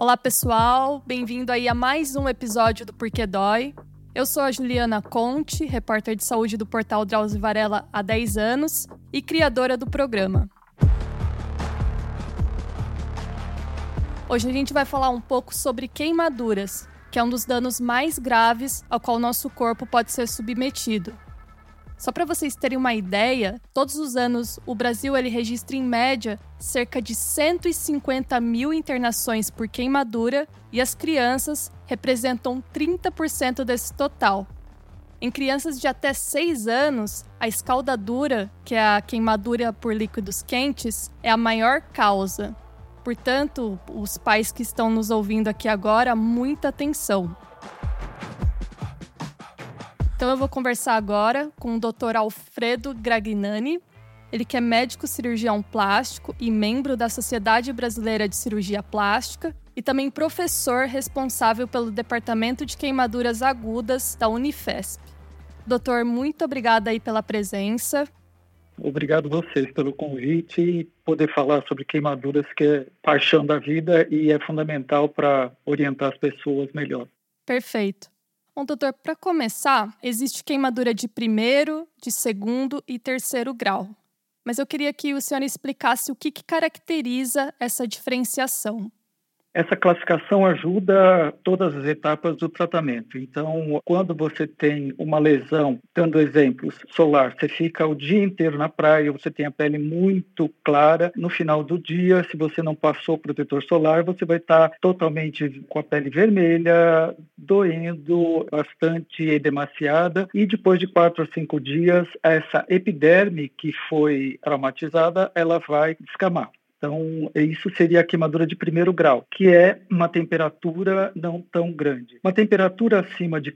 Olá pessoal, bem-vindo aí a mais um episódio do Porquê Dói. Eu sou a Juliana Conte, repórter de saúde do portal Drauzio Varela há 10 anos e criadora do programa. Hoje a gente vai falar um pouco sobre queimaduras, que é um dos danos mais graves ao qual o nosso corpo pode ser submetido. Só para vocês terem uma ideia, todos os anos o Brasil ele registra em média cerca de 150 mil internações por queimadura e as crianças representam 30% desse total. Em crianças de até 6 anos, a escaldadura, que é a queimadura por líquidos quentes, é a maior causa. Portanto, os pais que estão nos ouvindo aqui agora, muita atenção. Então eu vou conversar agora com o Dr. Alfredo Gragnani, ele que é médico cirurgião plástico e membro da Sociedade Brasileira de Cirurgia Plástica e também professor responsável pelo Departamento de Queimaduras Agudas da Unifesp. Doutor, muito obrigada aí pela presença. Obrigado a vocês pelo convite e poder falar sobre queimaduras, que é paixão da vida e é fundamental para orientar as pessoas melhor. Perfeito. Bom, doutor, para começar, existe queimadura de primeiro, de segundo e terceiro grau. Mas eu queria que o senhor explicasse o que caracteriza essa diferenciação. Essa classificação ajuda todas as etapas do tratamento. Então, quando você tem uma lesão, dando exemplos, solar, você fica o dia inteiro na praia, você tem a pele muito clara. No final do dia, se você não passou protetor solar, você vai estar totalmente com a pele vermelha, doendo, bastante edemaciada. E depois de 4 a 5 dias, essa epiderme que foi traumatizada, ela vai descamar. Então, isso seria a queimadura de primeiro grau, que é uma temperatura não tão grande. Uma temperatura acima de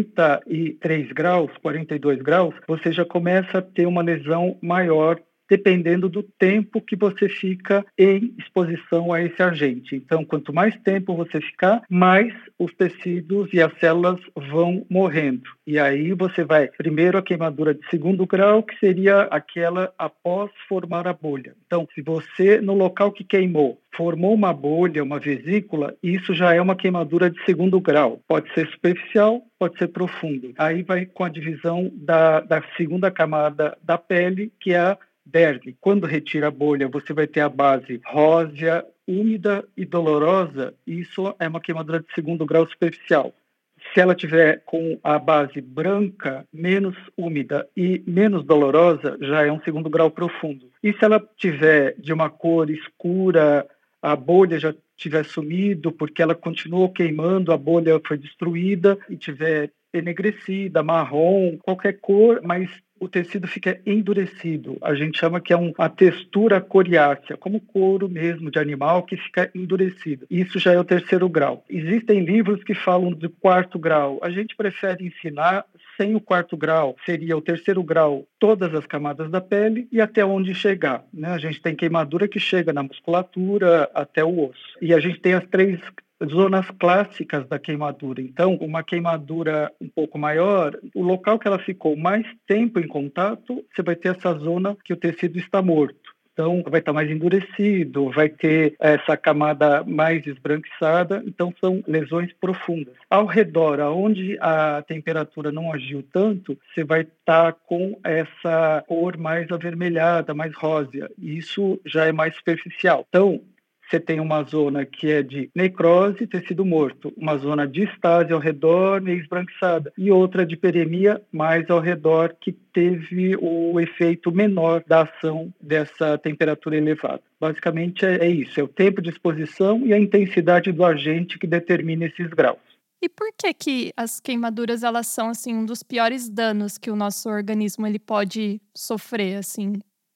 43 graus, 42 graus, você já começa a ter uma lesão maior, dependendo do tempo que você fica em exposição a esse agente. Então, quanto mais tempo você ficar, mais os tecidos e as células vão morrendo. E aí você vai, primeiro, a queimadura de segundo grau, que seria aquela após formar a bolha. Então, se você, no local que queimou, formou uma bolha, uma vesícula, isso já é uma queimadura de segundo grau. Pode ser superficial, pode ser profundo. Aí vai com a divisão da segunda camada da pele, que é a derme. Quando retira a bolha, você vai ter a base rósea, úmida e dolorosa. Isso é uma queimadura de segundo grau superficial. Se ela tiver com a base branca, menos úmida e menos dolorosa, já é um segundo grau profundo. E se ela tiver de uma cor escura, a bolha já tiver sumido, porque ela continuou queimando, a bolha foi destruída, e tiver enegrecida, marrom, qualquer cor, mas o tecido fica endurecido. A gente chama que é a textura coriácea, como couro mesmo de animal que fica endurecido. Isso já é o terceiro grau. Existem livros que falam do quarto grau. A gente prefere ensinar sem o quarto grau. Seria o terceiro grau, todas as camadas da pele e até onde chegar, né? A gente tem queimadura que chega na musculatura até o osso. E a gente tem as 3 zonas clássicas da queimadura. Então, uma queimadura um pouco maior, o local que ela ficou mais tempo em contato, você vai ter essa zona que o tecido está morto. Então, vai estar mais endurecido, vai ter essa camada mais esbranquiçada. Então, são lesões profundas. Ao redor, onde a temperatura não agiu tanto, você vai estar com essa cor mais avermelhada, mais rósea. E isso já é mais superficial. Então, você tem uma zona que é de necrose, tecido morto, uma zona de estase ao redor, meio esbranquiçada, e outra de peremia, mais ao redor, que teve o efeito menor da ação dessa temperatura elevada. Basicamente é isso, é o tempo de exposição e a intensidade do agente que determina esses graus. E por que as queimaduras elas são assim, um dos piores danos que o nosso organismo ele pode sofrer? Assim?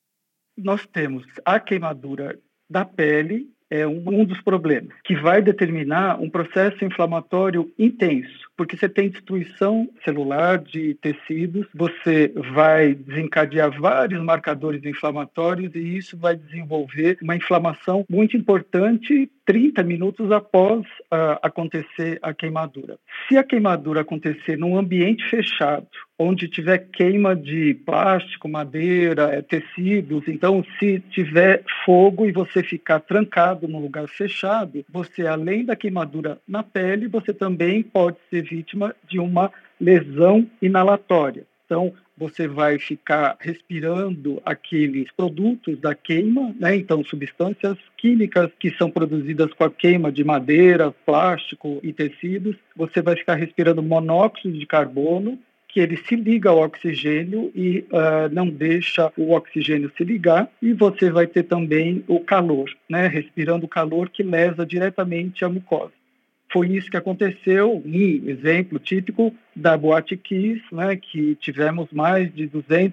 Nós temos a queimadura da pele, é um dos problemas, que vai determinar um processo inflamatório intenso, porque você tem destruição celular de tecidos, você vai desencadear vários marcadores inflamatórios e isso vai desenvolver uma inflamação muito importante 30 minutos após acontecer a queimadura. Se a queimadura acontecer num ambiente fechado, onde tiver queima de plástico, madeira, tecidos. Então, se tiver fogo e você ficar trancado num lugar fechado, você, além da queimadura na pele, você também pode ser vítima de uma lesão inalatória. Então, você vai ficar respirando aqueles produtos da queima, né? Então, substâncias químicas que são produzidas com a queima de madeira, plástico e tecidos. Você vai ficar respirando monóxido de carbono, que ele se liga ao oxigênio e não deixa o oxigênio se ligar, e você vai ter também o calor, né? Respirando o calor que lesa diretamente a mucosa. Foi isso que aconteceu, um exemplo típico da Boate Kiss, né, que tivemos mais de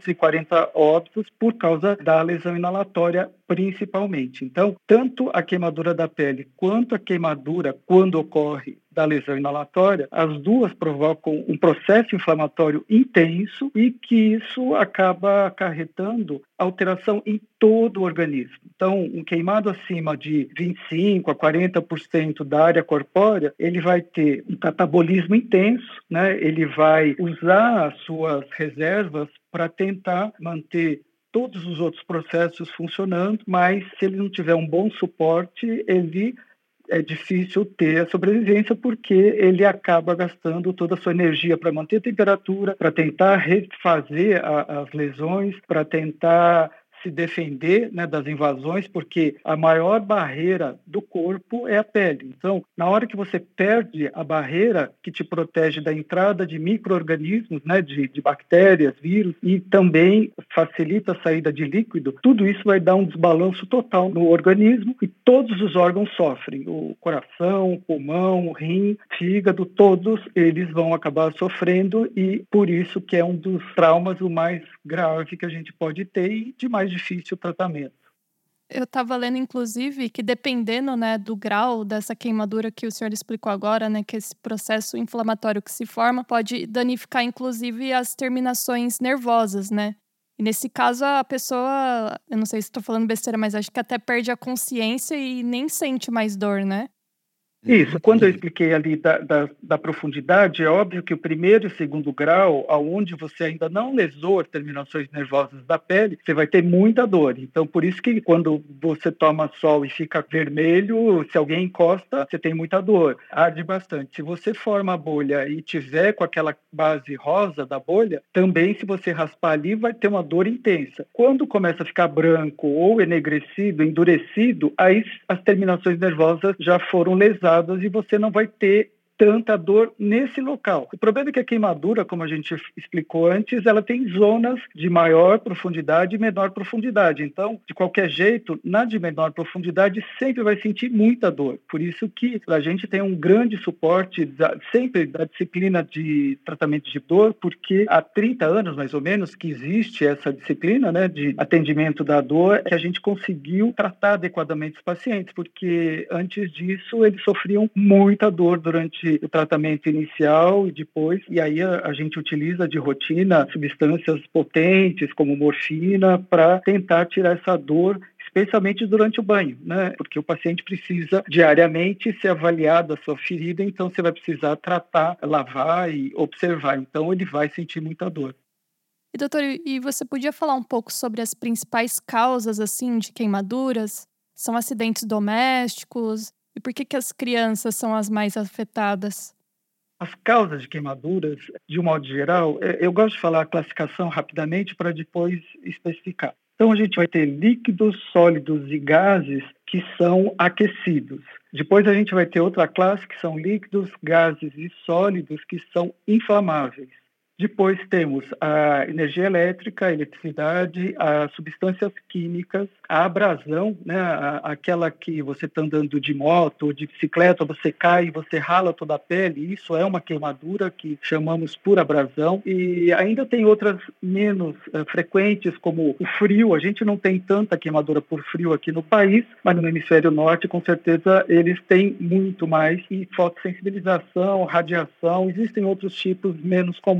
240 óbitos por causa da lesão inalatória, principalmente. Então, tanto a queimadura da pele quanto a queimadura, quando ocorre da lesão inalatória, as duas provocam um processo inflamatório intenso e que isso acaba acarretando alteração em todo o organismo. Então, um queimado acima de 25% a 40% da área corpórea, ele vai ter um catabolismo intenso, né? Ele vai usar as suas reservas para tentar manter todos os outros processos funcionando, mas se ele não tiver um bom suporte, ele é difícil ter a sobrevivência, porque ele acaba gastando toda a sua energia para manter a temperatura, para tentar refazer as lesões, para tentar se defender, né, das invasões, porque a maior barreira do corpo é a pele. Então, na hora que você perde a barreira que te protege da entrada de micro-organismos, né, de bactérias, vírus, e também facilita a saída de líquido, tudo isso vai dar um desbalanço total no organismo e todos os órgãos sofrem. O coração, o pulmão, o rim, fígado, todos eles vão acabar sofrendo, e por isso que é um dos traumas o mais grave que a gente pode ter e de mais difícil tratamento. Eu estava lendo, inclusive, que dependendo, né, do grau dessa queimadura que o senhor explicou agora, né, que esse processo inflamatório que se forma pode danificar, inclusive, as terminações nervosas, né? E nesse caso, a pessoa, eu não sei se estou falando besteira, mas acho que até perde a consciência e nem sente mais dor, né? Isso, quando eu expliquei ali da profundidade, é óbvio que o primeiro e segundo grau, aonde você ainda não lesou as terminações nervosas da pele, você vai ter muita dor. Então, por isso que quando você toma sol e fica vermelho, se alguém encosta, você tem muita dor, arde bastante. Se você forma a bolha e tiver com aquela base rosa da bolha, também se você raspar ali, vai ter uma dor intensa. Quando começa a ficar branco ou enegrecido, endurecido, aí as terminações nervosas já foram lesadas e você não vai ter tanta dor nesse local. O problema é que a queimadura, como a gente explicou antes, ela tem zonas de maior profundidade e menor profundidade. Então, de qualquer jeito, na de menor profundidade sempre vai sentir muita dor. Por isso que a gente tem um grande suporte sempre da disciplina de tratamento de dor, porque há 30 anos, mais ou menos, que existe essa disciplina, né, de atendimento da dor, que a gente conseguiu tratar adequadamente os pacientes, porque antes disso eles sofriam muita dor durante o tratamento inicial e depois, e aí a gente utiliza de rotina substâncias potentes como morfina para tentar tirar essa dor, especialmente durante o banho, né? Porque o paciente precisa diariamente ser avaliado a sua ferida, então você vai precisar tratar, lavar e observar, então ele vai sentir muita dor. E doutor, e você podia falar um pouco sobre as principais causas, assim, de queimaduras? São acidentes domésticos? E por que as crianças são as mais afetadas? As causas de queimaduras, de um modo geral, eu gosto de falar a classificação rapidamente para depois especificar. Então, a gente vai ter líquidos, sólidos e gases que são aquecidos. Depois a gente vai ter outra classe que são líquidos, gases e sólidos que são inflamáveis. Depois temos a energia elétrica, a eletricidade, as substâncias químicas, a abrasão, né, aquela que você está andando de moto ou de bicicleta, você cai e você rala toda a pele, isso é uma queimadura que chamamos por abrasão. E ainda tem outras menos frequentes, como o frio. A gente não tem tanta queimadura por frio aqui no país, mas no hemisfério norte, com certeza, eles têm muito mais. E fotossensibilização, radiação, existem outros tipos menos comuns.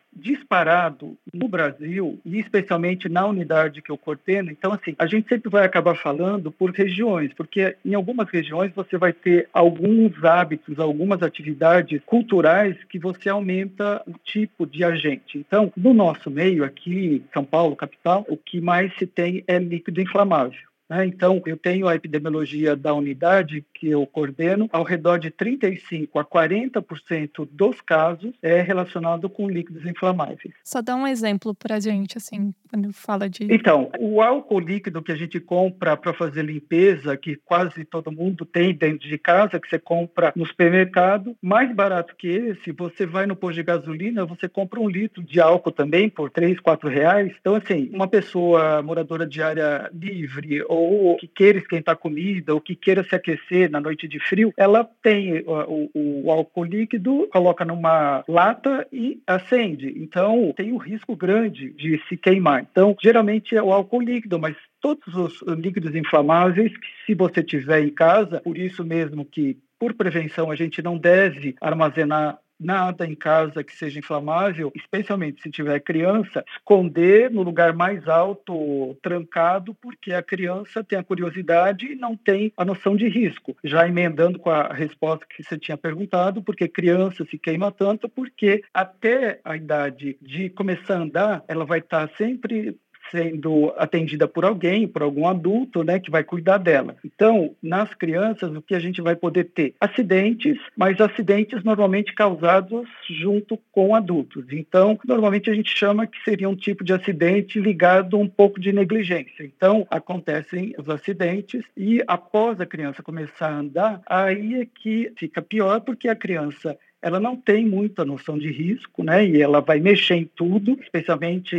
disparado no Brasil, e especialmente na unidade que eu coordeno. Então, assim, a gente sempre vai acabar falando por regiões, porque em algumas regiões você vai ter alguns hábitos, algumas atividades culturais que você aumenta o tipo de agente. Então, no nosso meio aqui, São Paulo, capital, o que mais se tem é líquido inflamável. Então, eu tenho a epidemiologia da unidade que eu coordeno, ao redor de 35% a 40% dos casos é relacionado com líquidos inflamáveis. Só dá um exemplo para a gente, assim, quando fala de... Então, o álcool líquido que a gente compra para fazer limpeza, que quase todo mundo tem dentro de casa, que você compra no supermercado, mais barato que esse, você vai no posto de gasolina, você compra 1 litro de álcool também por R$3, R$4. Então, assim, uma pessoa moradora de área livre ou que queira esquentar comida ou que queira se aquecer na noite de frio, ela tem o álcool líquido, coloca numa lata e acende. Então, tem um risco grande de se queimar. Então, geralmente é o álcool líquido, mas todos os líquidos inflamáveis, que se você tiver em casa, por isso mesmo que, por prevenção, a gente não deve armazenar nada em casa que seja inflamável, especialmente se tiver criança, esconder no lugar mais alto, trancado, porque a criança tem a curiosidade e não tem a noção de risco. Já emendando com a resposta que você tinha perguntado, porque criança se queima tanto, porque até a idade de começar a andar, ela vai estar sempre sendo atendida por alguém, por algum adulto, né, que vai cuidar dela. Então, nas crianças, o que a gente vai poder ter? Acidentes, mas acidentes normalmente causados junto com adultos. Então, normalmente a gente chama que seria um tipo de acidente ligado a um pouco de negligência. Então, acontecem os acidentes e após a criança começar a andar, aí é que fica pior, porque a criança ela não tem muita noção de risco, né? E ela vai mexer em tudo, especialmente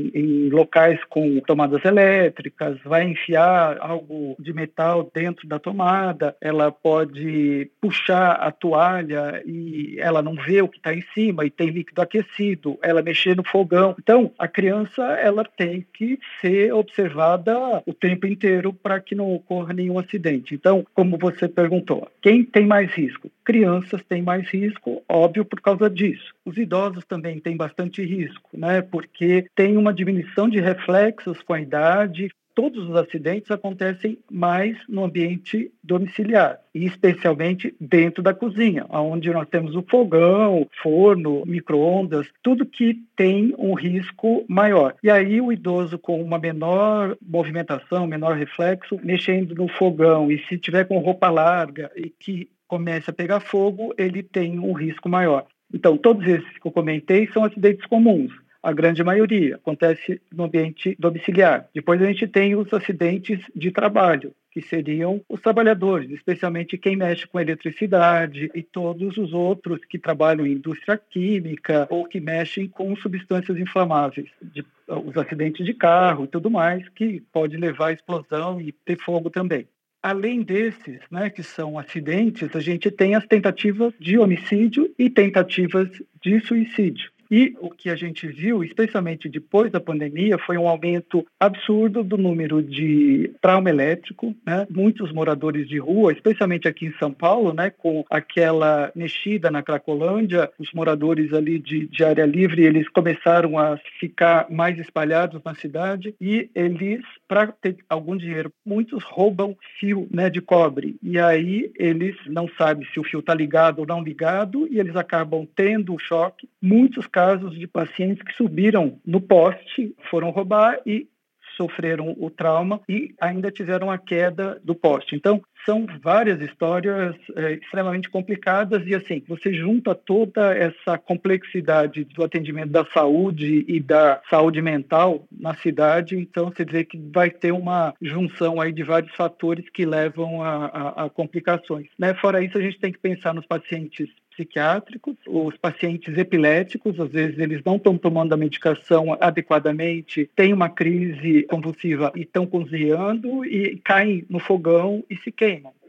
em locais com tomadas elétricas, vai enfiar algo de metal dentro da tomada, ela pode puxar a toalha e ela não vê o que está em cima e tem líquido aquecido, ela mexer no fogão. Então, a criança ela tem que ser observada o tempo inteiro para que não ocorra nenhum acidente. Então, como você perguntou, quem tem mais risco? Crianças têm mais risco, óbvio, por causa disso. Os idosos também têm bastante risco, né? Porque tem uma diminuição de reflexos com a idade. Todos os acidentes acontecem mais no ambiente domiciliar, e especialmente dentro da cozinha, onde nós temos o fogão, forno, micro-ondas, tudo que tem um risco maior. E aí o idoso com uma menor movimentação, menor reflexo, mexendo no fogão, e se tiver com roupa larga e que comece a pegar fogo, ele tem um risco maior. Então, todos esses que eu comentei são acidentes comuns. A grande maioria acontece no ambiente domiciliar. Depois a gente tem os acidentes de trabalho, que seriam os trabalhadores, especialmente quem mexe com eletricidade e todos os outros que trabalham em indústria química ou que mexem com substâncias inflamáveis, os acidentes de carro e tudo mais, que pode levar à explosão e ter fogo também. Além desses, né, que são acidentes, a gente tem as tentativas de homicídio e tentativas de suicídio. E o que a gente viu, especialmente depois da pandemia, foi um aumento absurdo do número de trauma elétrico, né? Muitos moradores de rua, especialmente aqui em São Paulo, né, com aquela mexida na Cracolândia, os moradores ali de área livre, eles começaram a ficar mais espalhados na cidade e eles, para ter algum dinheiro, muitos roubam fio, né, de cobre. E aí eles não sabem se o fio está ligado ou não ligado e eles acabam tendo o choque. Muitos casos de pacientes que subiram no poste, foram roubar e sofreram o trauma e ainda tiveram a queda do poste. Então, são várias histórias extremamente complicadas e, assim, você junta toda essa complexidade do atendimento da saúde e da saúde mental na cidade, então você vê que vai ter uma junção aí de vários fatores que levam a complicações, né? Fora isso, a gente tem que pensar nos pacientes psiquiátricos, os pacientes epiléticos, às vezes eles não estão tomando a medicação adequadamente, têm uma crise convulsiva e estão cozinhando e caem no fogão e se queimam.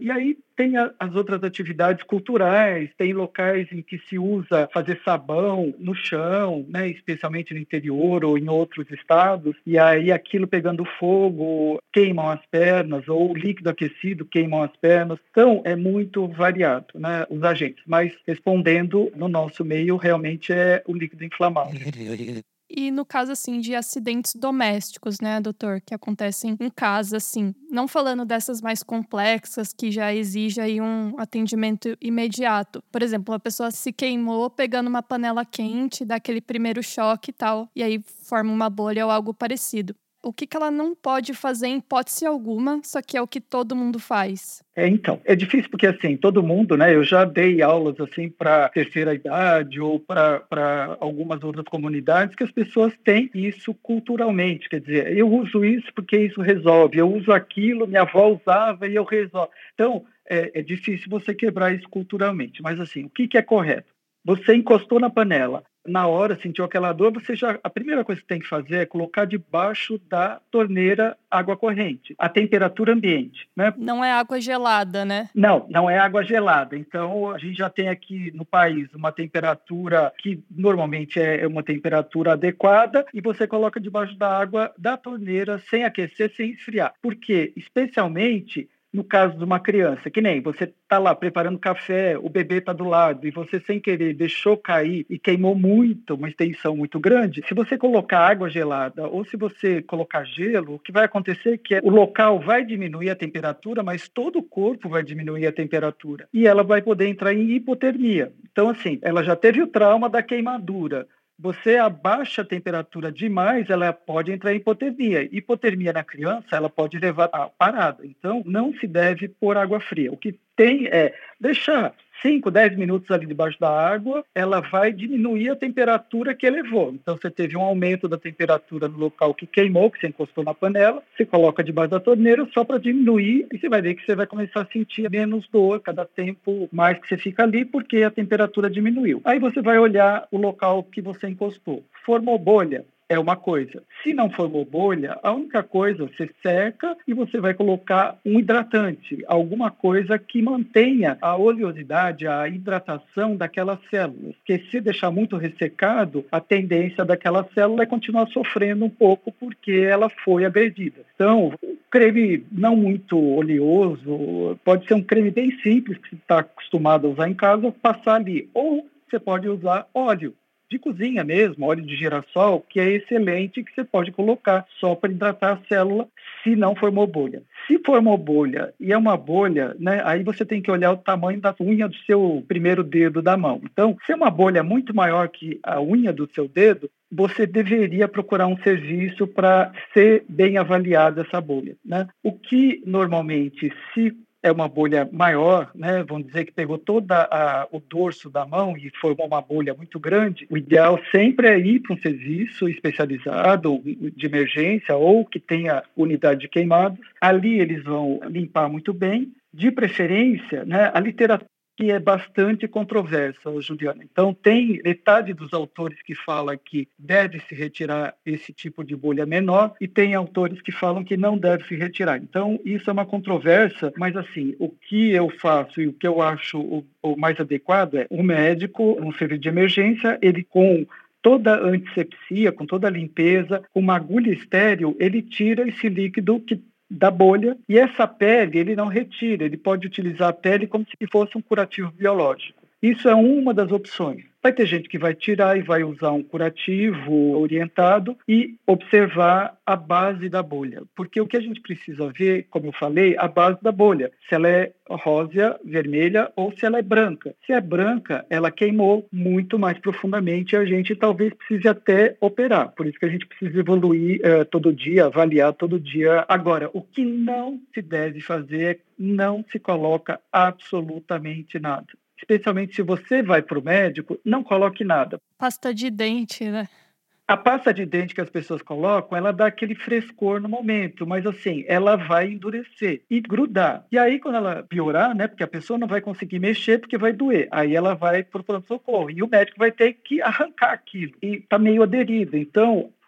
E aí tem as outras atividades culturais, tem locais em que se usa fazer sabão no chão, né, especialmente no interior ou em outros estados, e aí aquilo pegando fogo queimam as pernas, ou o líquido aquecido queimam as pernas. Então, é muito variado, né, os agentes. Mas, respondendo, no nosso meio, realmente é o líquido inflamável. E no caso, assim, de acidentes domésticos, né, doutor, que acontecem em casa, assim, não falando dessas mais complexas que já exige aí um atendimento imediato. Por exemplo, a pessoa se queimou pegando uma panela quente, dá aquele primeiro choque e tal, e aí forma uma bolha ou algo parecido. O que ela não pode fazer em hipótese alguma, só que é o que todo mundo faz? Então, é difícil porque, assim, todo mundo, né, eu já dei aulas, assim, para terceira idade ou para algumas outras comunidades que as pessoas têm isso culturalmente, quer dizer, eu uso isso porque isso resolve, eu uso aquilo, minha avó usava e eu resolvo. Então, é difícil você quebrar isso culturalmente, mas, assim, o que é correto? Você encostou na panela, na hora sentiu aquela dor, a primeira coisa que tem que fazer é colocar debaixo da torneira água corrente, a temperatura ambiente, né? Não é água gelada, né? Não, não é água gelada. Então, a gente já tem aqui no país uma temperatura que normalmente é uma temperatura adequada e você coloca debaixo da água da torneira sem aquecer, sem esfriar. Por quê? Especialmente no caso de uma criança, que nem você está lá preparando café, o bebê está do lado e você sem querer deixou cair e queimou muito, uma extensão muito grande, se você colocar água gelada ou se você colocar gelo, o que vai acontecer é que o local vai diminuir a temperatura, mas todo o corpo vai diminuir a temperatura e ela vai poder entrar em hipotermia. Então, assim, ela já teve o trauma da queimadura. Você abaixa a temperatura demais, ela pode entrar em hipotermia. Hipotermia na criança, ela pode levar a parada. Então, não se deve pôr água fria. O que tem é deixar 5, 10 minutos ali debaixo da água, ela vai diminuir a temperatura que elevou. Então, você teve um aumento da temperatura no local que queimou, que você encostou na panela, você coloca debaixo da torneira só para diminuir e você vai ver que você vai começar a sentir menos dor cada tempo mais que você fica ali, porque a temperatura diminuiu. Aí você vai olhar o local que você encostou. Formou bolha? É uma coisa. Se não formou bolha, a única coisa, você seca e você vai colocar um hidratante, alguma coisa que mantenha a oleosidade, a hidratação daquelas células. Porque se deixar muito ressecado, a tendência daquela célula é continuar sofrendo um pouco porque ela foi agredida. Então, creme não muito oleoso, pode ser um creme bem simples que você está acostumado a usar em casa, passar ali. Ou você pode usar óleo de cozinha mesmo, óleo de girassol, que é excelente, que você pode colocar só para hidratar a célula, se não formou bolha. Se formou bolha e é uma bolha, né, aí você tem que olhar o tamanho da unha do seu primeiro dedo da mão. Então, se é uma bolha muito maior que a unha do seu dedo, você deveria procurar um serviço para ser bem avaliada essa bolha, né? O que normalmente, se é uma bolha maior, né? Vamos dizer que pegou todo o dorso da mão e formou uma bolha muito grande, o ideal sempre é ir para um serviço especializado de emergência ou que tenha unidade de queimados. Ali eles vão limpar muito bem. De preferência, né, a literatura que é bastante controversa, Juliana. Então, tem metade dos autores que fala que deve se retirar esse tipo de bolha menor e tem autores que falam que não deve se retirar. Então, isso é uma controvérsia, mas assim, o que eu faço e o que eu acho o mais adequado é o médico, um serviço de emergência, ele com toda a antisepsia, com toda a limpeza, com uma agulha estéril, ele tira esse líquido que da bolha, e essa pele ele não retira, ele pode utilizar a pele como se fosse um curativo biológico. Isso é uma das opções. Vai ter gente que vai tirar e vai usar um curativo orientado e observar a base da bolha. Porque o que a gente precisa ver, como eu falei, a base da bolha. Se ela é rosa, vermelha ou se ela é branca. Se é branca, ela queimou muito mais profundamente e a gente talvez precise até operar. Por isso que a gente precisa evoluir todo dia, avaliar todo dia. Agora, o que não se deve fazer é não se coloca absolutamente nada. Especialmente se você vai para o médico, não coloque nada. Pasta de dente, né? A pasta de dente que as pessoas colocam, ela dá aquele frescor no momento, mas assim, ela vai endurecer e grudar. E aí, quando ela piorar, né, porque a pessoa não vai conseguir mexer porque vai doer, aí ela vai para o pronto-socorro e o médico vai ter que arrancar aquilo e está meio aderido. Então,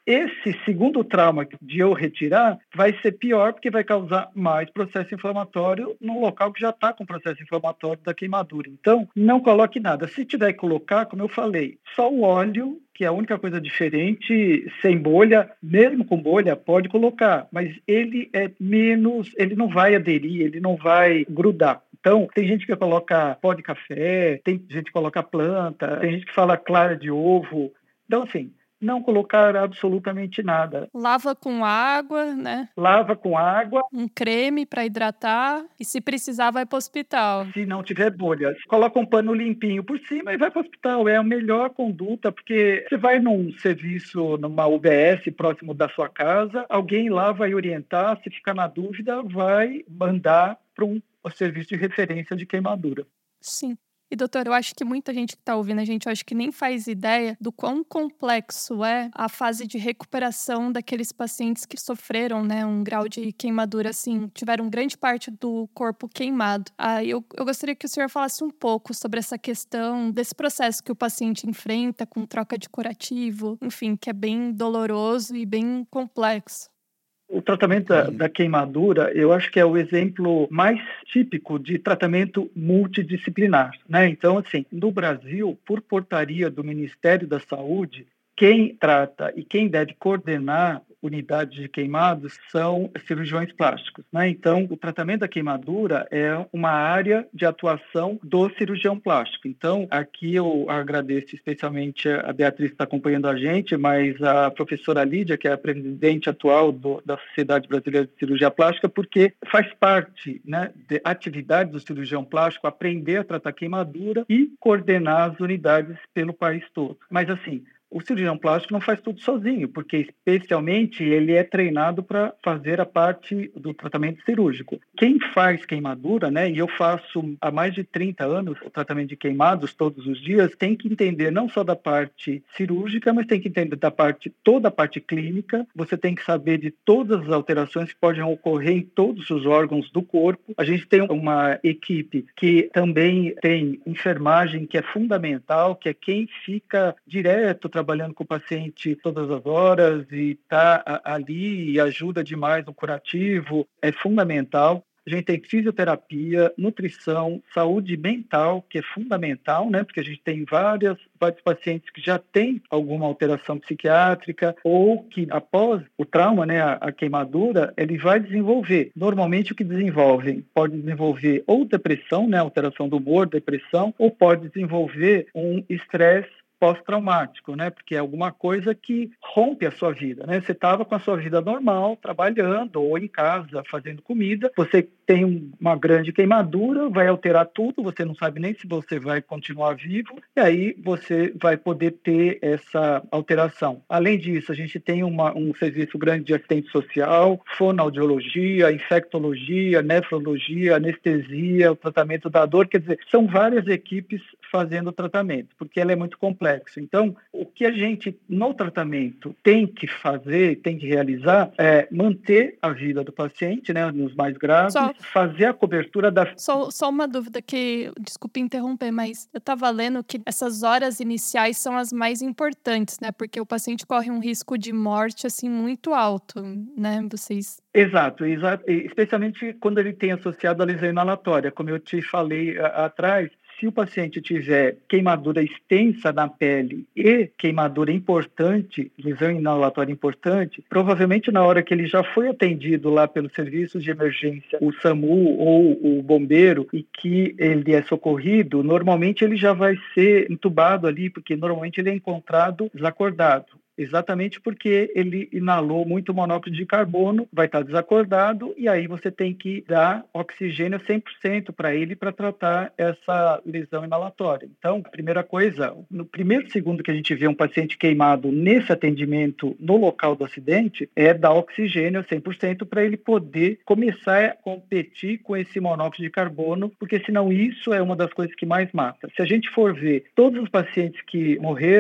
Esse segundo trauma de eu retirar vai ser pior porque vai causar mais processo inflamatório no local que já está com processo inflamatório da queimadura. Então, não coloque nada. Se tiver que colocar, como eu falei, só o óleo, que é a única coisa diferente, sem bolha, mesmo com bolha, pode colocar, mas ele é menos, ele não vai aderir, ele não vai grudar. Então, tem gente que coloca pó de café, tem gente que coloca planta, tem gente que fala clara de ovo. Então, assim, não colocar absolutamente nada. Lava com água, né? Lava com água. Um creme para hidratar e, se precisar, vai para o hospital. Se não tiver bolhas, coloca um pano limpinho por cima e vai para o hospital. É a melhor conduta, porque você vai num serviço, numa UBS próximo da sua casa, alguém lá vai orientar, se ficar na dúvida, vai mandar para um serviço de referência de queimadura. Sim. E, doutor, eu acho que muita gente que está ouvindo a gente, eu acho que nem faz ideia do quão complexo é a fase de recuperação daqueles pacientes que sofreram, né, um grau de queimadura, assim, tiveram grande parte do corpo queimado. Eu gostaria que o senhor falasse um pouco sobre essa questão desse processo que o paciente enfrenta com troca de curativo, enfim, que é bem doloroso e bem complexo. O tratamento da queimadura, eu acho que é o exemplo mais típico de tratamento multidisciplinar, né? Então, assim, no Brasil, por portaria do Ministério da Saúde, quem trata e quem deve coordenar unidades de queimados são cirurgiões plásticos, né? Então, o tratamento da queimadura é uma área de atuação do cirurgião plástico. Então, aqui eu agradeço especialmente a Beatriz que está acompanhando a gente, mas a professora Lídia, que é a presidente atual da Sociedade Brasileira de Cirurgia Plástica, porque faz parte, né, de atividade do cirurgião plástico aprender a tratar queimadura e coordenar as unidades pelo país todo. Mas, assim, o cirurgião plástico não faz tudo sozinho, porque especialmente ele é treinado para fazer a parte do tratamento cirúrgico. Quem faz queimadura, né, e eu faço há mais de 30 anos o tratamento de queimados todos os dias, tem que entender não só da parte cirúrgica, mas tem que entender toda a parte clínica, você tem que saber de todas as alterações que podem ocorrer em todos os órgãos do corpo. A gente tem uma equipe que também tem enfermagem, que é fundamental, que é quem fica direto trabalhando com o paciente todas as horas e está ali e ajuda demais no curativo, é fundamental. A gente tem fisioterapia, nutrição, saúde mental, que é fundamental, né? Porque a gente tem vários pacientes que já têm alguma alteração psiquiátrica ou que, após o trauma, né, a queimadura, ele vai desenvolver. Normalmente, o que desenvolvem pode desenvolver ou depressão, né, alteração do humor, depressão, ou pode desenvolver um estresse pós-traumático, né? Porque é alguma coisa que rompe a sua vida, né? Você estava com a sua vida normal, trabalhando ou em casa, fazendo comida, você tem uma grande queimadura, vai alterar tudo, você não sabe nem se você vai continuar vivo, e aí você vai poder ter essa alteração. Além disso, a gente tem um serviço grande de assistente social, fonoaudiologia, infectologia, nefrologia, anestesia, o tratamento da dor, quer dizer, são várias equipes fazendo o tratamento, porque ela é muito complexa. Então, o que a gente, no tratamento, tem que fazer, tem que realizar, é manter a vida do paciente, né, nos mais graves, fazer a cobertura da... Só uma dúvida que, desculpe interromper, mas eu estava lendo que essas horas iniciais são as mais importantes, né, porque o paciente corre um risco de morte, assim, muito alto, né, vocês... Exato, especialmente quando ele tem associado a lesão inalatória, como eu te falei atrás. Se o paciente tiver queimadura extensa na pele e queimadura importante, lesão inalatória importante, provavelmente na hora que ele já foi atendido lá pelos serviços de emergência, o SAMU ou o bombeiro, e que ele é socorrido, normalmente ele já vai ser entubado ali, porque normalmente ele é encontrado desacordado. Exatamente porque ele inalou muito monóxido de carbono, vai estar desacordado, e aí você tem que dar oxigênio 100% para ele para tratar essa lesão inalatória. Então, a primeira coisa, no primeiro segundo que a gente vê um paciente queimado nesse atendimento no local do acidente, é dar oxigênio 100% para ele poder começar a competir com esse monóxido de carbono, porque senão isso é uma das coisas que mais mata. Se a gente for ver todos os pacientes que morreram,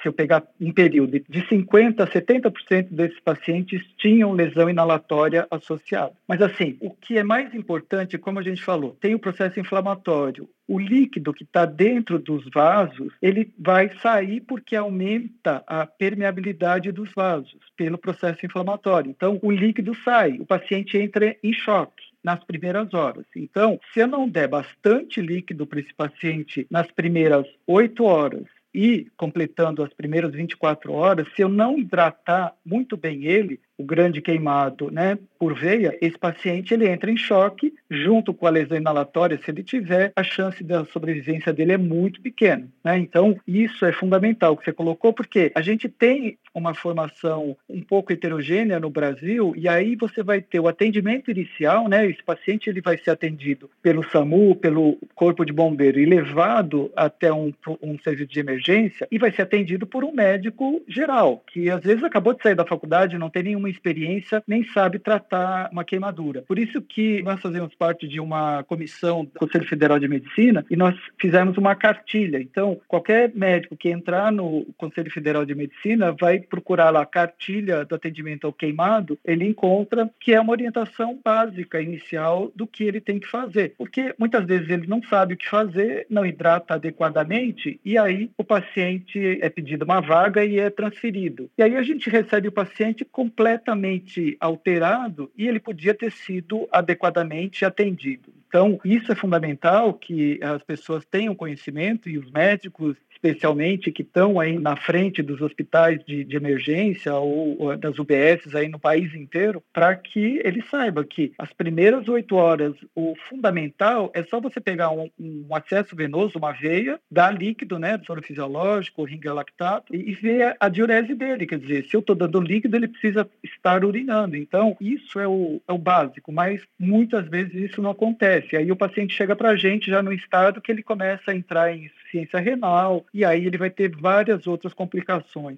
se eu pegar um período de 50% a 70% desses pacientes tinham lesão inalatória associada. Mas assim, o que é mais importante, como a gente falou, tem o processo inflamatório. O líquido que está dentro dos vasos, ele vai sair porque aumenta a permeabilidade dos vasos pelo processo inflamatório. Então, o líquido sai, o paciente entra em choque nas primeiras horas. Então, se eu não der bastante líquido para esse paciente nas primeiras 8 horas e completando as primeiras 24 horas, se eu não hidratar muito bem ele, o grande queimado, né, por veia, esse paciente ele entra em choque junto com a lesão inalatória. Se ele tiver, a chance da sobrevivência dele é muito pequena, né? Então, isso é fundamental que você colocou, porque a gente tem uma formação um pouco heterogênea no Brasil, e aí você vai ter o atendimento inicial, né? Esse paciente ele vai ser atendido pelo SAMU, pelo Corpo de Bombeiro, e levado até um serviço de emergência, e vai ser atendido por um médico geral, que às vezes acabou de sair da faculdade, não tem nenhuma experiência, nem sabe tratar uma queimadura. Por isso que nós fazemos parte de uma comissão do Conselho Federal de Medicina e nós fizemos uma cartilha. Então, qualquer médico que entrar no Conselho Federal de Medicina vai procurar lá a cartilha do atendimento ao queimado, ele encontra que é uma orientação básica, inicial, do que ele tem que fazer. Porque muitas vezes ele não sabe o que fazer, não hidrata adequadamente, e aí o paciente é pedido uma vaga e é transferido. E aí a gente recebe o paciente completamente alterado e ele podia ter sido adequadamente atendido. Então, isso é fundamental que as pessoas tenham conhecimento e os médicos, especialmente, que estão aí na frente dos hospitais de emergência ou das UBSs aí no país inteiro, para que ele saiba que as primeiras 8 horas, o fundamental é só você pegar um acesso venoso, uma veia, dar líquido, né, soro fisiológico, ringa lactato, e ver a diurese dele. Quer dizer, se eu estou dando líquido, ele precisa estar urinando. Então, isso é o básico, mas muitas vezes isso não acontece. Aí o paciente chega para a gente já no estado que ele começa a entrar em insuficiência renal, e aí ele vai ter várias outras complicações.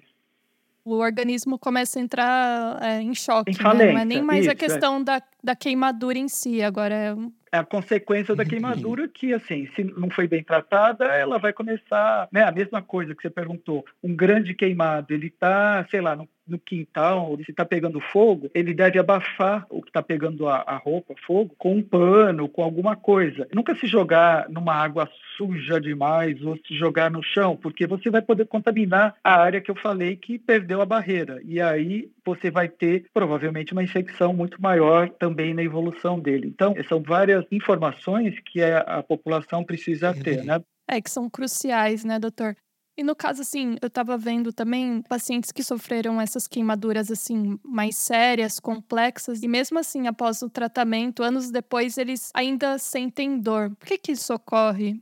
O organismo começa a entrar em choque, Em falência, né? Não é nem mais isso, a questão da queimadura em si, agora é a consequência da queimadura que, assim, se não foi bem tratada, ela vai começar, né, a mesma coisa que você perguntou, um grande queimado, ele está, sei lá, no quintal, se está pegando fogo, ele deve abafar o que está pegando a roupa, fogo, com um pano, com alguma coisa. Nunca se jogar numa água suja demais ou se jogar no chão, porque você vai poder contaminar a área que eu falei que perdeu a barreira. E aí você vai ter, provavelmente, uma infecção muito maior também na evolução dele. Então, são várias informações que a população precisa ter, né? que são cruciais, né, doutor? E no caso, assim, eu tava vendo também pacientes que sofreram essas queimaduras, assim, mais sérias, complexas, e mesmo assim, após o tratamento, anos depois, eles ainda sentem dor. Por que isso ocorre?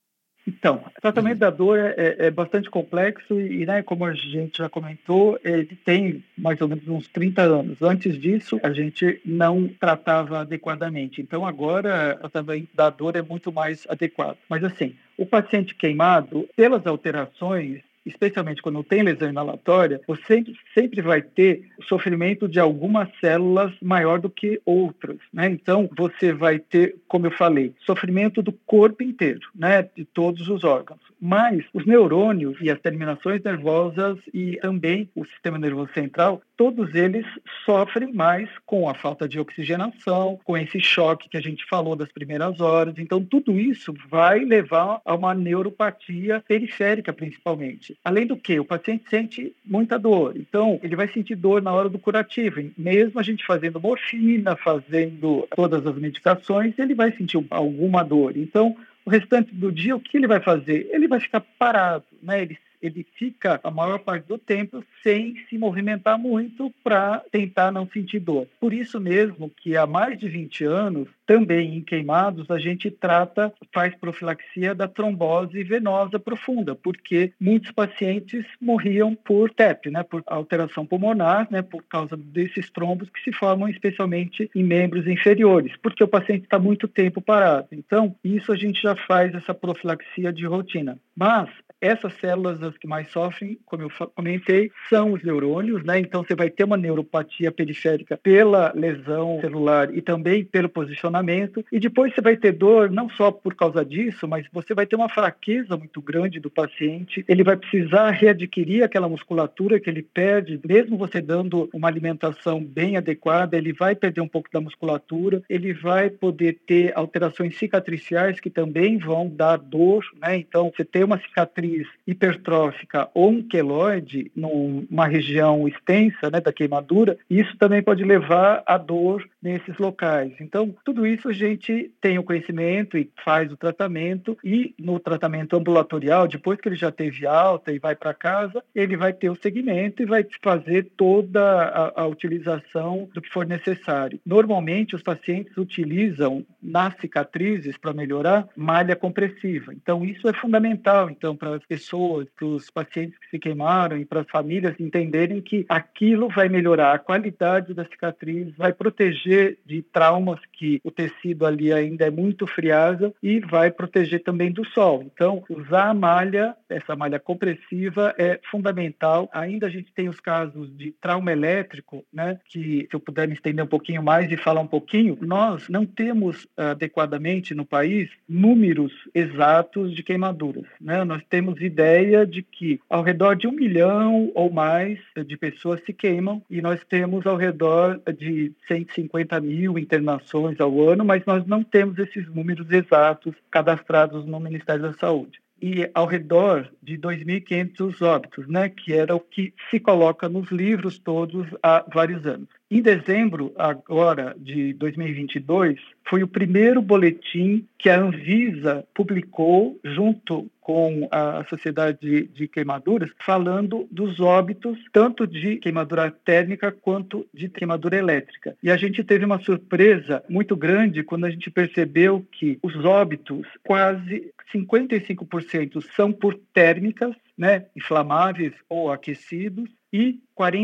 Então, o tratamento da dor é bastante complexo e, né, como a gente já comentou, ele tem mais ou menos uns 30 anos. Antes disso, a gente não tratava adequadamente. Então, agora, o tratamento da dor é muito mais adequado. Mas, assim, o paciente queimado, pelas alterações, especialmente quando tem lesão inalatória, você sempre vai ter sofrimento de algumas células maior do que outras, né? Então, você vai ter, como eu falei, sofrimento do corpo inteiro, né? De todos os órgãos. Mas os neurônios e as terminações nervosas e também o sistema nervoso central, todos eles sofrem mais com a falta de oxigenação, com esse choque que a gente falou das primeiras horas. Então, tudo isso vai levar a uma neuropatia periférica, principalmente. Além do que, o paciente sente muita dor. Então, ele vai sentir dor na hora do curativo. Mesmo a gente fazendo morfina, fazendo todas as medicações, ele vai sentir alguma dor. Então, o restante do dia, o que ele vai fazer? Ele vai ficar parado, né? Ele fica a maior parte do tempo sem se movimentar muito para tentar não sentir dor. Por isso mesmo que há mais de 20 anos, também em queimados, a gente faz profilaxia da trombose venosa profunda, porque muitos pacientes morriam por TEP, né, por alteração pulmonar, né, por causa desses trombos que se formam especialmente em membros inferiores, porque o paciente está muito tempo parado. Então, isso a gente já faz essa profilaxia de rotina. Mas essas células, as que mais sofrem, como eu comentei, são os neurônios, né? Então você vai ter uma neuropatia periférica pela lesão celular e também pelo posicionamento, e depois você vai ter dor não só por causa disso, mas você vai ter uma fraqueza muito grande do paciente, ele vai precisar readquirir aquela musculatura que ele perde, mesmo você dando uma alimentação bem adequada, ele vai perder um pouco da musculatura, ele vai poder ter alterações cicatriciais que também vão dar dor, né? Então, você tem uma cicatriz hipertrófica ou um queloide numa região extensa, né, da queimadura, isso também pode levar à dor nesses locais. Então, tudo isso a gente tem o conhecimento e faz o tratamento, e no tratamento ambulatorial, depois que ele já teve alta e vai para casa, ele vai ter o segmento e vai fazer toda a utilização do que for necessário. Normalmente, os pacientes utilizam nas cicatrizes, para melhorar, malha compressiva. Então, isso é fundamental, então, para as pessoas, para os pacientes que se queimaram e para as famílias entenderem que aquilo vai melhorar a qualidade da cicatriz, vai proteger de traumas que o tecido ali ainda é muito friável e vai proteger também do sol. Então, usar a malha, essa malha compressiva, é fundamental. Ainda a gente tem os casos de trauma elétrico, né, que, se eu puder me estender um pouquinho mais e falar um pouquinho, nós não temos adequadamente no país números exatos de queimaduras, né? Nós temos ideia de que ao redor de 1 milhão ou mais de pessoas se queimam, e nós temos ao redor de 150 mil internações ao ano, mas nós não temos esses números exatos cadastrados no Ministério da Saúde. E ao redor de 2.500 óbitos, né, que era o que se coloca nos livros todos há vários anos. Em dezembro, agora, de 2022, foi o primeiro boletim que a Anvisa publicou junto com a Sociedade de Queimaduras, falando dos óbitos, tanto de queimadura térmica quanto de queimadura elétrica. E a gente teve uma surpresa muito grande quando a gente percebeu que os óbitos, quase 55% são por térmicas, né, inflamáveis ou aquecidos, e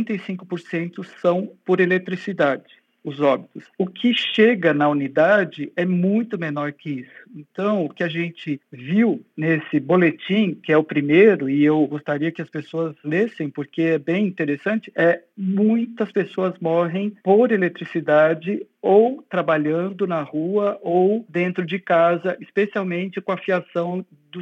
45% são por eletricidade, os óbitos. O que chega na unidade é muito menor que isso. Então, o que a gente viu nesse boletim, que é o primeiro, e eu gostaria que as pessoas lessem, porque é bem interessante, muitas pessoas morrem por eletricidade ou trabalhando na rua ou dentro de casa, especialmente com a fiação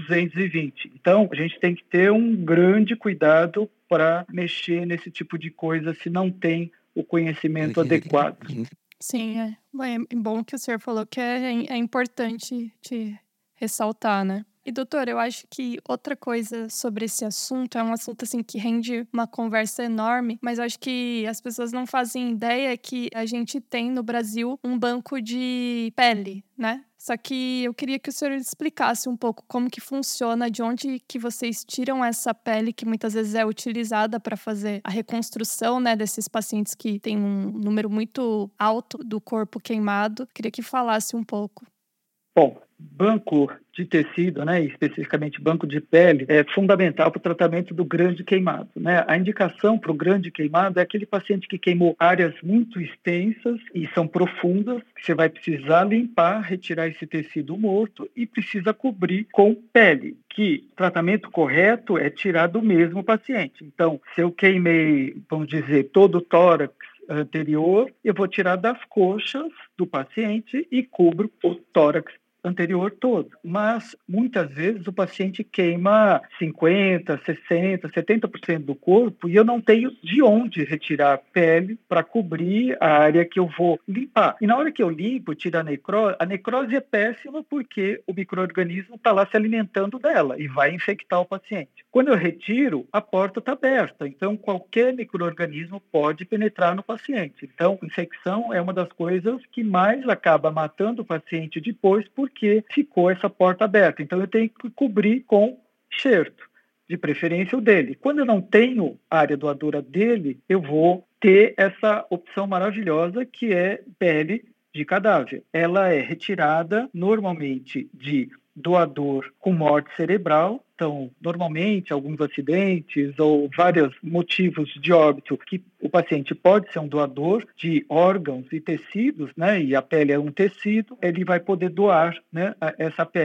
220. Então, a gente tem que ter um grande cuidado para mexer nesse tipo de coisa se não tem o conhecimento adequado. Sim, é bom que o senhor falou que é importante te ressaltar, né? E, doutor, eu acho que outra coisa sobre esse assunto, é um assunto assim que rende uma conversa enorme, mas eu acho que as pessoas não fazem ideia que a gente tem no Brasil um banco de pele, né? Só que eu queria que o senhor explicasse um pouco como que funciona, de onde que vocês tiram essa pele que muitas vezes é utilizada para fazer a reconstrução, né, desses pacientes que têm um número muito alto do corpo queimado. Queria que falasse um pouco. Bom, banco de tecido, né, especificamente banco de pele, é fundamental para o tratamento do grande queimado, né? A indicação para o grande queimado é aquele paciente que queimou áreas muito extensas e são profundas, que você vai precisar limpar, retirar esse tecido morto e precisa cobrir com pele, que o tratamento correto é tirar do mesmo paciente. Então, se eu queimei, vamos dizer, todo o tórax anterior, eu vou tirar das coxas do paciente e cubro o tórax anterior todo. Mas, muitas vezes, o paciente queima 50%, 60%, 70% do corpo e eu não tenho de onde retirar a pele para cobrir a área que eu vou limpar. E na hora que eu limpo, tiro a necrose é péssima porque o micro-organismo está lá se alimentando dela e vai infectar o paciente. Quando eu retiro, a porta está aberta, então qualquer micro-organismo pode penetrar no paciente. Então, infecção é uma das coisas que mais acaba matando o paciente depois, porque ficou essa porta aberta. Então, eu tenho que cobrir com enxerto, de preferência o dele. Quando eu não tenho área doadora dele, eu vou ter essa opção maravilhosa que é pele de cadáver. Ela é retirada normalmente de doador com morte cerebral. Então, normalmente, alguns acidentes ou vários motivos de óbito que o paciente pode ser um doador de órgãos e tecidos, né? E a pele é um tecido, ele vai poder doar, né, essa pele.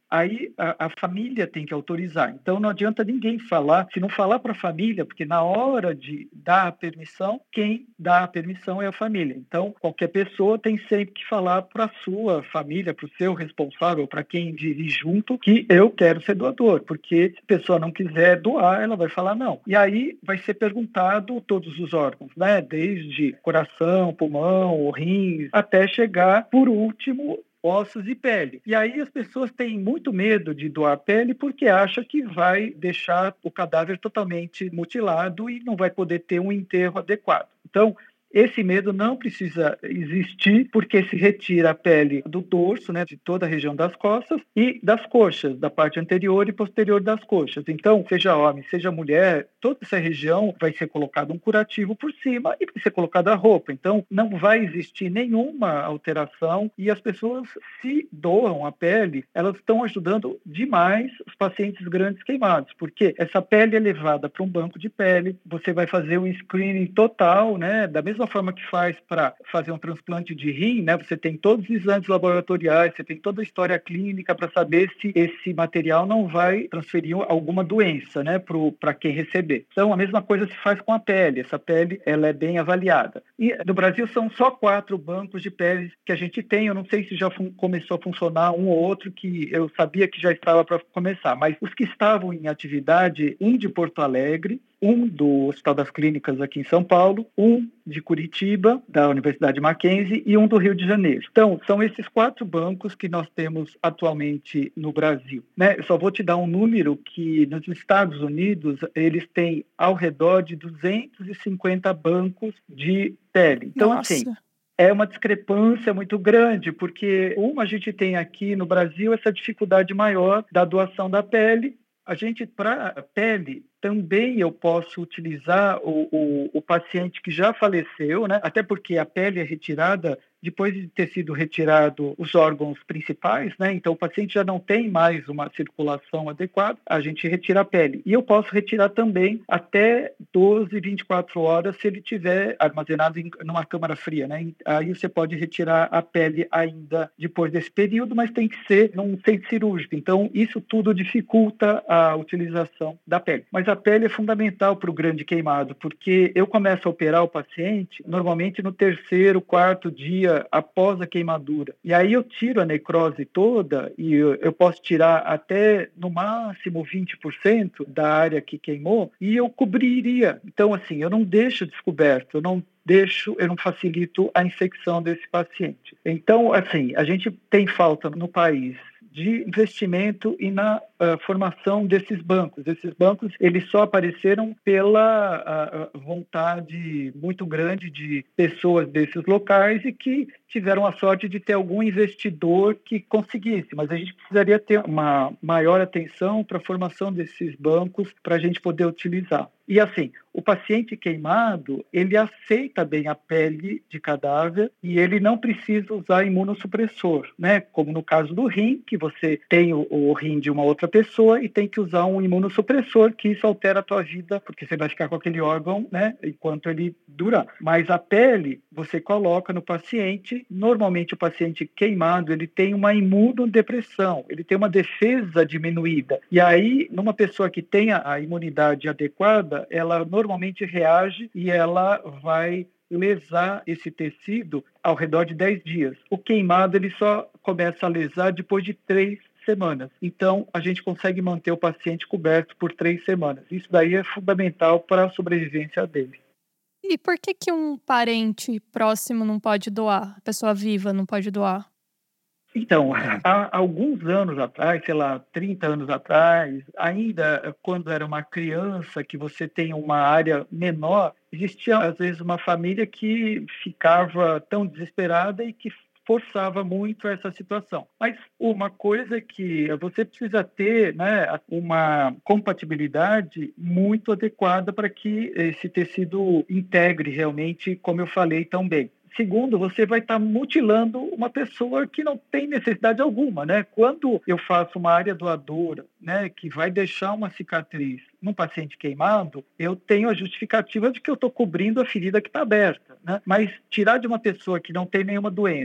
aí a família tem que autorizar. Então, não adianta ninguém falar, se não falar para a família, porque na hora de dar a permissão, quem dá a permissão é a família. Então, qualquer pessoa tem sempre que falar para a sua família, para o seu responsável, para quem dirige junto, que eu quero ser doador, porque se a pessoa não quiser doar, ela vai falar não. E aí vai ser perguntado todos os órgãos, né? Desde coração, pulmão, rins, até chegar, por último, ossos e pele. E aí as pessoas têm muito medo de doar pele porque acham que vai deixar o cadáver totalmente mutilado e não vai poder ter um enterro adequado. Então, esse medo não precisa existir, porque se retira a pele do dorso, né, de toda a região das costas e das coxas, da parte anterior e posterior das coxas. Então, seja homem, seja mulher, toda essa região vai ser colocado um curativo por cima e vai ser colocada a roupa. Então, não vai existir nenhuma alteração e as pessoas, se doam a pele, elas estão ajudando demais os pacientes grandes queimados, porque essa pele é levada para um banco de pele, você vai fazer um screening total, né, da mesma forma que faz para fazer um transplante de rim, né? Você tem todos os exames laboratoriais, você tem toda a história clínica para saber se esse material não vai transferir alguma doença, né, para quem receber. Então, a mesma coisa se faz com a pele. Essa pele, ela é bem avaliada. E no Brasil são só 4 bancos de pele que a gente tem. Eu não sei se já começou a funcionar um ou outro, que eu sabia que já estava para começar, mas os que estavam em atividade, um de Porto Alegre, um do Hospital das Clínicas aqui em São Paulo, um de Curitiba, da Universidade Mackenzie, e um do Rio de Janeiro. Então, são esses 4 bancos que nós temos atualmente no Brasil, né? Eu só vou te dar um número que nos Estados Unidos eles têm ao redor de 250 bancos de pele. Então, Nossa. assim, é uma discrepância muito grande, porque a gente tem aqui no Brasil essa dificuldade maior da doação da pele. A gente, para a pele, também eu posso utilizar o paciente que já faleceu, né? Até porque a pele é retirada depois de ter sido retirado os órgãos principais, né? Então o paciente já não tem mais uma circulação adequada, a gente retira a pele. E eu posso retirar também até 12, 24 horas se ele tiver armazenado em uma câmara fria, né? Aí você pode retirar a pele ainda depois desse período, mas tem que ser num centro cirúrgico. Então isso tudo dificulta a utilização da pele. Mas a pele é fundamental para o grande queimado, porque eu começo a operar o paciente normalmente no 3º, 4º dia após a queimadura. E aí eu tiro a necrose toda e eu posso tirar até no máximo 20% da área que queimou e eu cobriria. Então, assim, eu não deixo descoberto, eu não facilito a infecção desse paciente. Então, assim, a gente tem falta no país de investimento e na formação desses bancos. Esses bancos, eles só apareceram pela vontade muito grande de pessoas desses locais e que tiveram a sorte de ter algum investidor que conseguisse. Mas a gente precisaria ter uma maior atenção para a formação desses bancos para a gente poder utilizar. E assim, o paciente queimado, ele aceita bem a pele de cadáver e ele não precisa usar imunossupressor, né? Como no caso do rim, que você tem o rim de uma outra pessoa e tem que usar um imunossupressor, que isso altera a tua vida, porque você vai ficar com aquele órgão, né, enquanto ele durar. Mas a pele, você coloca no paciente, normalmente o paciente queimado, ele tem uma imunodepressão, ele tem uma defesa diminuída. E aí, numa pessoa que tenha a imunidade adequada, ela normalmente reage e ela vai lesar esse tecido ao redor de 10 dias. O queimado, ele só começa a lesar depois de 3 semanas. Então, a gente consegue manter o paciente coberto por 3 semanas. Isso daí é fundamental para a sobrevivência dele. E por que um parente próximo não pode doar? A pessoa viva não pode doar? Então, há alguns anos atrás, sei lá, 30 anos atrás, ainda quando era uma criança, que você tem uma área menor, existia às vezes uma família que ficava tão desesperada e que forçava muito essa situação. Mas uma coisa é que você precisa ter, né, uma compatibilidade muito adequada para que esse tecido integre realmente, como eu falei tão bem. Segundo, você vai estar mutilando uma pessoa que não tem necessidade alguma, né? Quando eu faço uma área doadora, né, que vai deixar uma cicatriz num paciente queimado, eu tenho a justificativa de que eu estou cobrindo a ferida que está aberta, né? Mas tirar de uma pessoa que não tem nenhuma doença,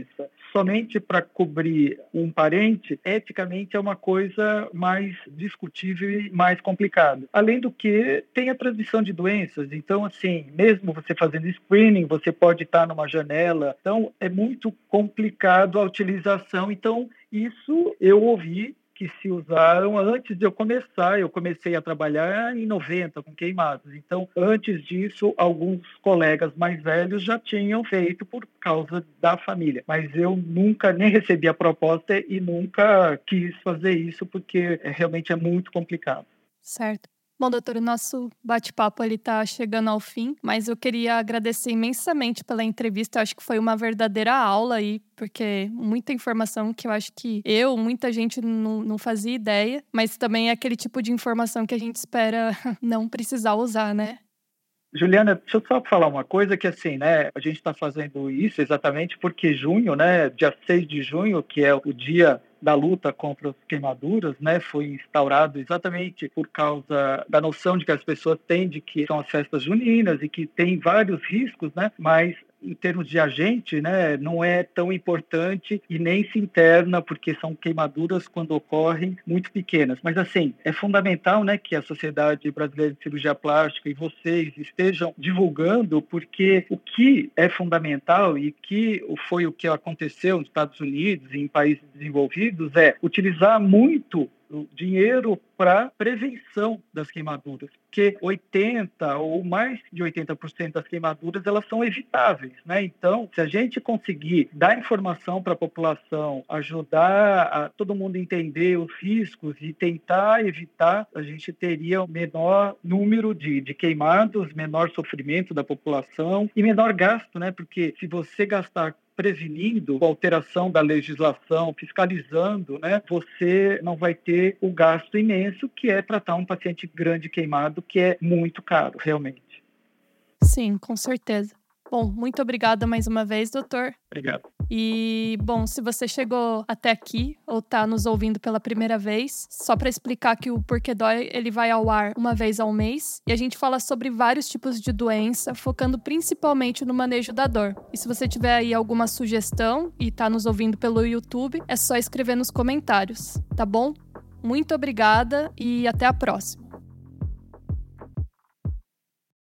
somente para cobrir um parente, eticamente é uma coisa mais discutível e mais complicada. Além do que, tem a transmissão de doenças. Então, assim, mesmo você fazendo screening, você pode estar numa janela. Então, é muito complicado a utilização. Então, isso eu ouvi que se usaram antes de eu começar. Eu comecei a trabalhar em 90 com queimados. Então, antes disso, alguns colegas mais velhos já tinham feito por causa da família. Mas eu nunca nem recebi a proposta e nunca quis fazer isso porque realmente é muito complicado. Certo. Bom, doutor, o nosso bate-papo está chegando ao fim, mas eu queria agradecer imensamente pela entrevista. Eu acho que foi uma verdadeira aula aí, porque muita informação que eu acho que muita gente não fazia ideia, mas também é aquele tipo de informação que a gente espera não precisar usar, né? Juliana, deixa eu só falar uma coisa que assim, né, a gente está fazendo isso exatamente porque junho, né, dia 6 de junho, que é o dia da luta contra as queimaduras, né, foi instaurado exatamente por causa da noção de que as pessoas têm de que são as festas juninas e que tem vários riscos, né, mas em termos de agente, né, não é tão importante e nem se interna, porque são queimaduras, quando ocorrem, muito pequenas. Mas, assim, é fundamental, né, que a Sociedade Brasileira de Cirurgia Plástica e vocês estejam divulgando, porque o que é fundamental e que foi o que aconteceu nos Estados Unidos e em países desenvolvidos é utilizar muito o dinheiro para prevenção das queimaduras, porque 80% ou mais de 80% das queimaduras elas são evitáveis, né? Então, se a gente conseguir dar informação para a população, ajudar a todo mundo entender os riscos e tentar evitar, a gente teria o menor número de queimados, menor sofrimento da população e menor gasto, né? Porque se você gastar prevenindo a alteração da legislação, fiscalizando, né, você não vai ter o gasto imenso que é tratar um paciente grande queimado, que é muito caro, realmente. Sim, com certeza. Bom, muito obrigada mais uma vez, doutor. Obrigado. E, bom, se você chegou até aqui ou está nos ouvindo pela primeira vez, só para explicar que o Porque Dói, ele vai ao ar uma vez ao mês e a gente fala sobre vários tipos de doença, focando principalmente no manejo da dor. E se você tiver aí alguma sugestão e está nos ouvindo pelo YouTube, é só escrever nos comentários, tá bom? Muito obrigada e até a próxima.